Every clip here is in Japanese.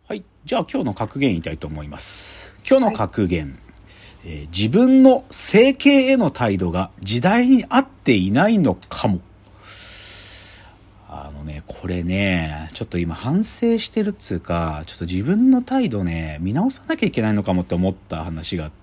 はい、じゃあ今日の格言言いたいと思います。今日の格言、自分の整形への態度が時代に合っていないのかも。これね、ちょっと今反省してるっつうか、ちょっと自分の態度ね、見直さなきゃいけないのかもって思った話があって、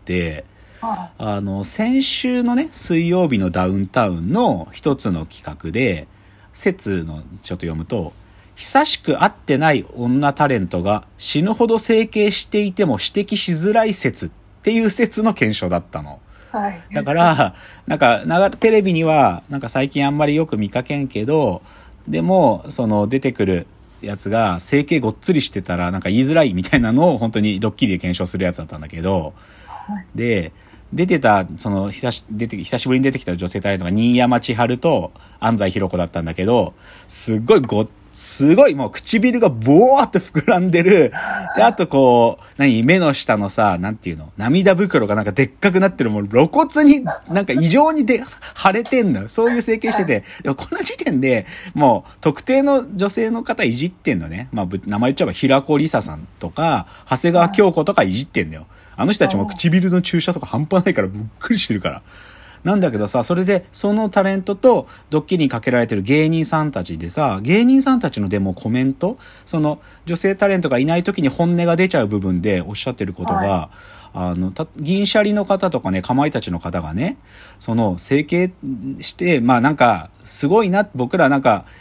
先週のね、水曜日のダウンタウンの一つの企画で、説のちょっと読むと、久しく会ってない女タレントが死ぬほど整形していても指摘しづらい説っていう説の検証だったの。 はい、 だから、テレビには、最近あんまりよく見かけんけど、でも、出てくるやつが整形ごっつりしてたら言いづらいみたいなのを本当にドッキリで検証するやつだったんだけど、で、出てた、久しぶりに出てきた女性タレントが新山千春と安西ひろ子だったんだけど、すごいもう唇がボーって膨らんでる。で、あと目の下のさ、涙袋がでっかくなってる、もう露骨に異常に腫れてんのよ。そういう整形してて。でもこの時点でもう特定の女性の方いじってんのね。名前言っちゃえば平子理沙さんとか、長谷川京子とかいじってんのよ。あの人たちも唇の注射とか半端ないからぶっくりしてるから。なんだけどさ、それでそのタレントとドッキリにかけられてる芸人さんたちでさ、芸人さんたちのでもコメント、女性タレントがいない時に本音が出ちゃう部分でおっしゃってることが、銀シャリの方とかね、かまいたちの方がね、整形して、すごいな、僕らうわっと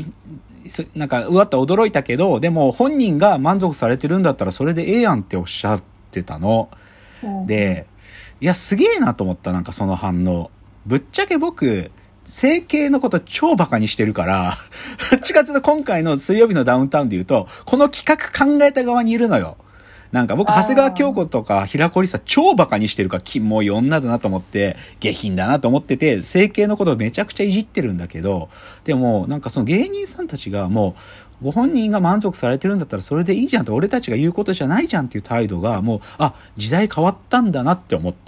驚いたけど、でも本人が満足されてるんだったらそれでええやんっておっしゃってたの。で、いや、すげえなと思った、その反応。ぶっちゃけ僕、整形のこと超バカにしてるから、8月の今回の水曜日のダウンタウンで言うと、この企画考えた側にいるのよ。僕、長谷川京子とか平子理沙超バカにしてるから、キモい女だなと思って、下品だなと思ってて、整形のことをめちゃくちゃいじってるんだけど、でも、その芸人さんたちがもう、ご本人が満足されてるんだったらそれでいいじゃんって、俺たちが言うことじゃないじゃんっていう態度が、もう、時代変わったんだなって思った。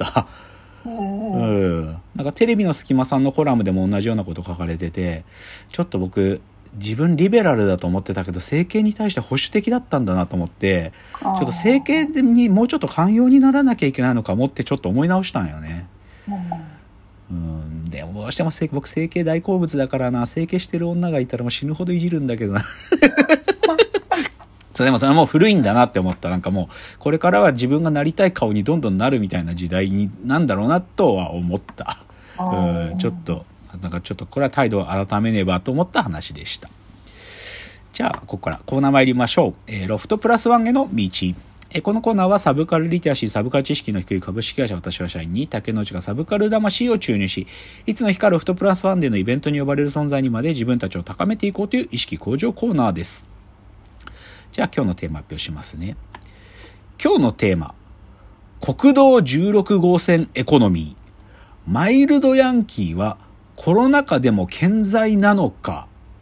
テレビの隙間さんのコラムでも同じようなこと書かれてて、ちょっと僕、自分リベラルだと思ってたけど整形に対して保守的だったんだなと思って、ちょっと整形にもうちょっと寛容にならなきゃいけないのかもってちょっと思い直したんよね。でもどうしても僕整形大好物だからな、整形してる女がいたらもう死ぬほどいじるんだけどなでもそれはもう古いんだなって思った。もうこれからは自分がなりたい顔にどんどんなるみたいな時代になんだろうなとは思った。ちょっとこれは態度を改めねばと思った話でした。じゃあここからコーナー参りましょう。ロフトプラスワンへの道。このコーナーはサブカルリテラシー、サブカル知識の低い株式会社私は社員に竹之内がサブカル魂を注入し、いつの日かロフトプラスワンでのイベントに呼ばれる存在にまで自分たちを高めていこうという意識向上コーナーです。じゃあ今日のテーマ発表しますね。今日のテーマ、国道16号線エコノミー。マイルドヤンキーはコロナ禍でも健在なのか。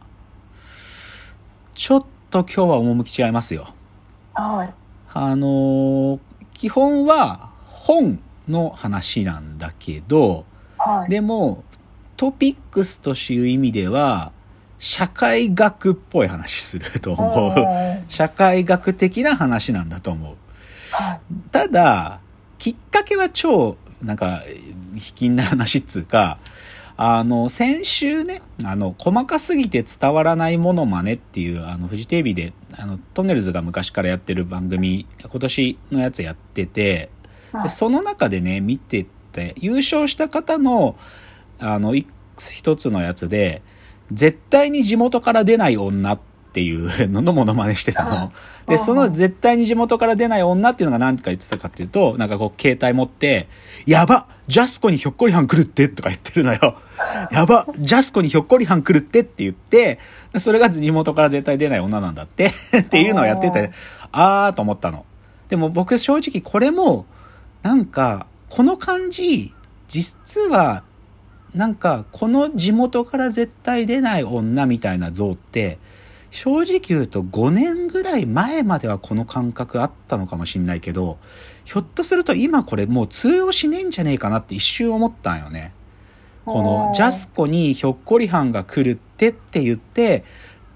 ちょっと今日は趣違いますよ。基本は本の話なんだけど、でもトピックスという意味では社会学っぽい話すると思う。社会学的な話なんだと思う。ただきっかけは超卑近な話っつうか、先週ね、細かすぎて伝わらないモノマネっていう、フジテレビで、トンネルズが昔からやってる番組、今年のやつやってて、でその中でね、見てて、優勝した方の、一つのやつで、絶対に地元から出ない女っていうののモノマネしてたの。で、その絶対に地元から出ない女っていうのが何か言ってたかっていうと、携帯持って、やばジャスコにひょっこりはん来るってとか言ってるのよ。やばジャスコにひょっこりはん来るって言って、それが地元から絶対出ない女なんだってっていうのをやってて、と思ったの。でも僕正直これも、この感じ、実は、この地元から絶対出ない女みたいな像って、正直言うと5年ぐらい前まではこの感覚あったのかもしれないけど、ひょっとすると今これもう通用しねえんじゃねえかなって一瞬思ったんよね。このジャスコにひょっこりはんが来るって言って、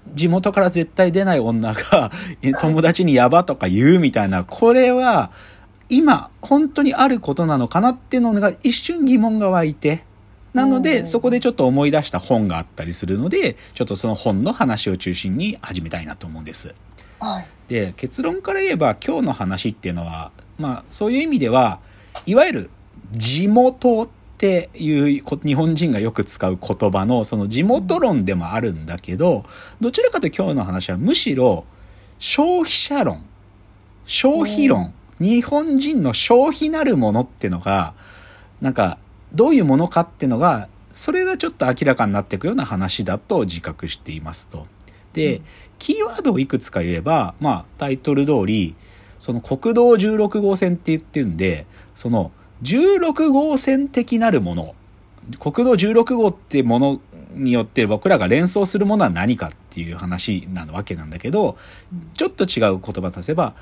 地元から絶対出ない女が友達にやばとか言うみたいな、これは今本当にあることなのかなっていうのが一瞬疑問が湧いて、なのでそこでちょっと思い出した本があったりするので、ちょっとその本の話を中心に始めたいなと思うんです。で、結論から言えば今日の話っていうのは、そういう意味ではいわゆる地元っていう日本人がよく使う言葉のその地元論でもあるんだけど、どちらかというと今日の話はむしろ消費者論、消費論、日本人の消費なるものっていうのがなんかどういうものかっていうのが、それがちょっと明らかになっていくような話だと自覚していますと。で、キーワードをいくつか言えば、タイトル通りその国道16号線って言ってるんで、その16号線的なるもの、国道16号ってものによって僕らが連想するものは何かっていう話なわけなんだけど、ちょっと違う言葉足せば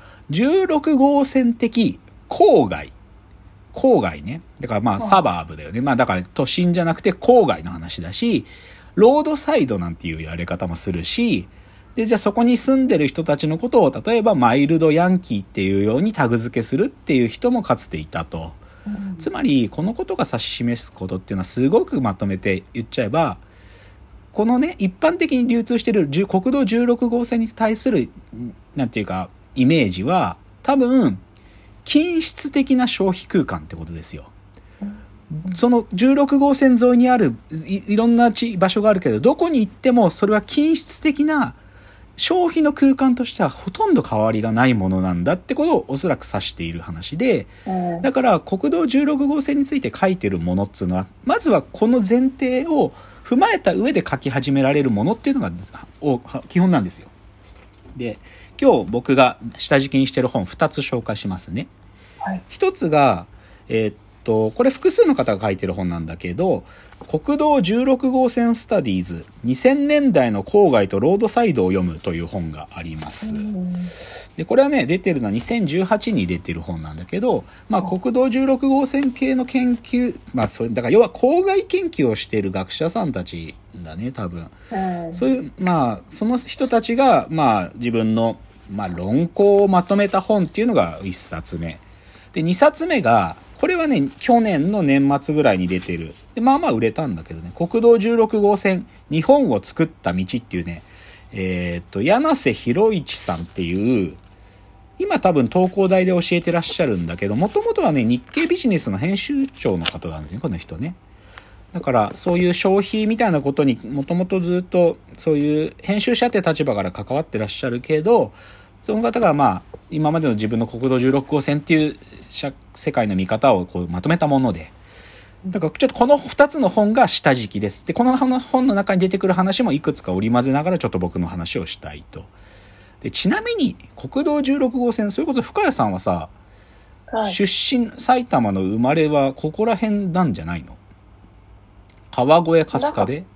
16号線的郊外ね。だからサバーブだよね。だから都心じゃなくて郊外の話だし、ロードサイドなんていうやり方もするし、で、じゃあそこに住んでる人たちのことを例えばマイルドヤンキーっていうようにタグ付けするっていう人もかつていたと。つまりこのことが指し示すことっていうのはすごくまとめて言っちゃえば、このね、一般的に流通している国道16号線に対するなんていうかイメージは多分均質的な消費空間ってことですよ。その16号線沿いにある いろんな場所があるけど、どこに行ってもそれは均質的な消費の空間としてはほとんど変わりがないものなんだってことをおそらく指している話で、だから国道16号線について書いてるものっていうのはまずはこの前提を踏まえた上で書き始められるものっていうのが基本なんですよ。で、今日僕が下敷きにしてる本2つ紹介しますね。1つがこれ複数の方が書いてる本なんだけど、国道16号線スタディーズ2000年代の郊外とロードサイドを読むという本があります。で、これはね、出てるのは2018に出てる本なんだけど、国道16号線系の研究、それだから要は郊外研究をしている学者さんたちだね、多分。そういう、その人たちが、自分の、論考をまとめた本っていうのが1冊目。で、2冊目が、これはね、去年の年末ぐらいに出てる。で、売れたんだけどね、国道16号線、日本を作った道っていうね、柳瀬博一さんっていう、今多分東工大で教えてらっしゃるんだけど、もともとはね、日経ビジネスの編集長の方なんですね、この人ね。だから、そういう消費みたいなことにもともとずっと、そういう編集者って立場から関わってらっしゃるけど、その方が今までの自分の国道16号線っていう世界の見方をこうまとめたもので、だからちょっとこの2つの本が下敷きです。で、この本の中に出てくる話もいくつか織り交ぜながらちょっと僕の話をしたいと。で、ちなみに国道16号線、それこそ深谷さんはさ、出身埼玉の生まれはここら辺なんじゃないの？川越春日部？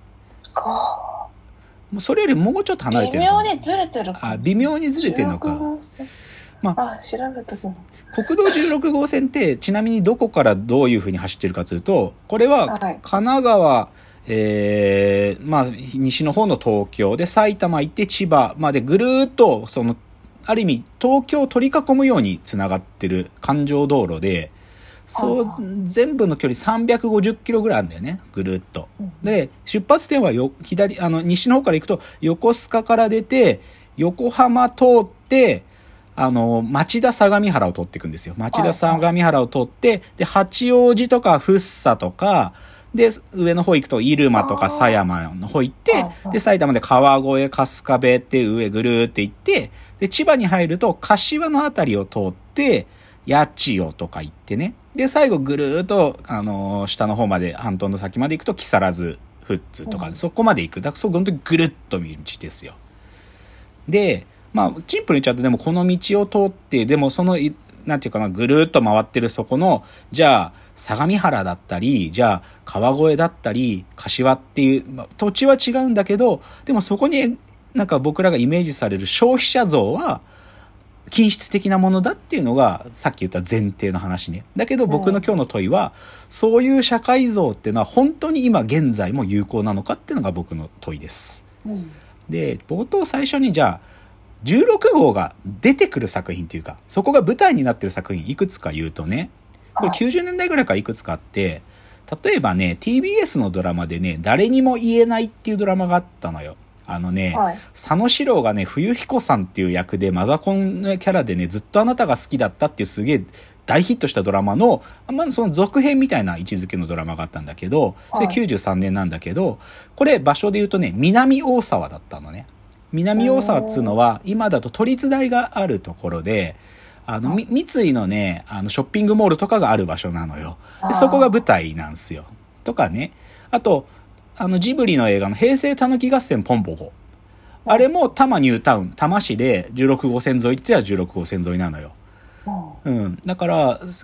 それよりもうちょっと離れてる。 微妙にずれてるか。 微妙にずれてるのか。 調べとく。 国道16号線ってちなみにどこからどういう風に走ってるかというと、これは神奈川、西の方の東京で埼玉行って千葉までぐるーっとそのある意味東京を取り囲むようにつながってる環状道路で、全部の距離350キロぐらいあるんだよね、ぐるっと。で、出発点は西の方から行くと横須賀から出て横浜通って町田相模原を通っていくんですよ。町田相模原を通って、で、八王子とか福生とか、で、上の方行くと入間とか狭山の方行って、で、埼玉で川越、春日部って上ぐるーって行って、で、千葉に入ると柏のあたりを通って、八千代とか行ってね。で、最後ぐるーっと、下の方まで、半島の先まで行くと木更津、富津とか、そこまで行く。だから、本当にぐるっと道ですよ。で、シンプルに言っちゃうと、でもこの道を通って、でもその、なんていうかな、ぐるーっと回ってるそこの、じゃあ、相模原だったり、じゃあ、川越だったり、柏っていう、土地は違うんだけど、でもそこになんか僕らがイメージされる消費者像は、均質的なものだっていうのがさっき言った前提の話ね。だけど僕の今日の問いは、そういう社会像っていうのは本当に今現在も有効なのかっていうのが僕の問いです。 で、冒頭最初にじゃあ、16号が出てくる作品っていうか、そこが舞台になってる作品いくつか言うとね、これ90年代ぐらいからいくつかあって、例えばね、TBS のドラマでね、誰にも言えないっていうドラマがあったのよ。佐野史郎がね、冬彦さんっていう役でマザコンのキャラでね、ずっとあなたが好きだったっていうすげえ大ヒットしたドラマの、その続編みたいな位置づけのドラマがあったんだけど、それ93年なんだけど、これ場所で言うとね、南大沢だったのね。南大沢っつうのは、今だと都立大があるところで、三井のね、ショッピングモールとかがある場所なのよ。でそこが舞台なんですよ。とかね。あと、ジブリの映画の平成たぬき合戦ポンポコ。あれも多摩ニュータウン、多摩市で16号線沿いって言ったら16号線沿いなのよ。だから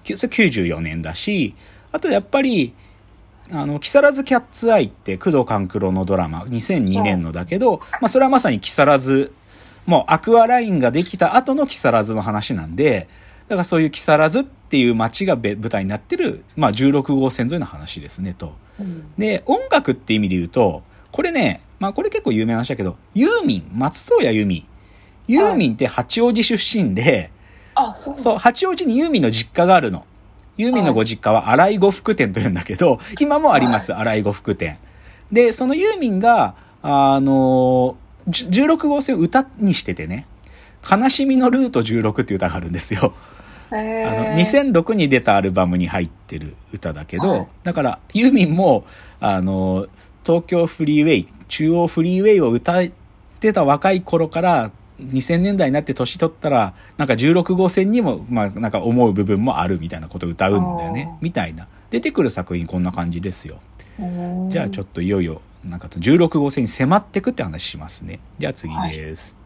、94年だし、あとやっぱり、木更津キャッツアイって工藤官九郎のドラマ、2002年のだけど、それはまさに木更津、もうアクアラインができた後の木更津の話なんで、だからそういう木更津っていう街が舞台になってる、16号線沿いの話ですね、と。で、音楽って意味で言うと、これね、これ結構有名な話だけど、ユーミン、松任谷由実。ユーミンって八王子出身で、そう、八王子にユーミンの実家があるの。ユーミンのご実家は荒井呉服店というんだけど、今もあります、荒井呉服店。で、そのユーミンが、16号線を歌にしててね、悲しみのルート16っていう歌があるんですよ。2006に出たアルバムに入ってる歌だけど、だからユーミンも東京フリーウェイ、中央フリーウェイを歌ってた若い頃から2000年代になって年取ったらなんか16号線にもなんか思う部分もあるみたいなことを歌うんだよね、みたいな。出てくる作品こんな感じですよ。じゃあちょっといよいよなんか16号線に迫ってくって話しますね。じゃあ次です。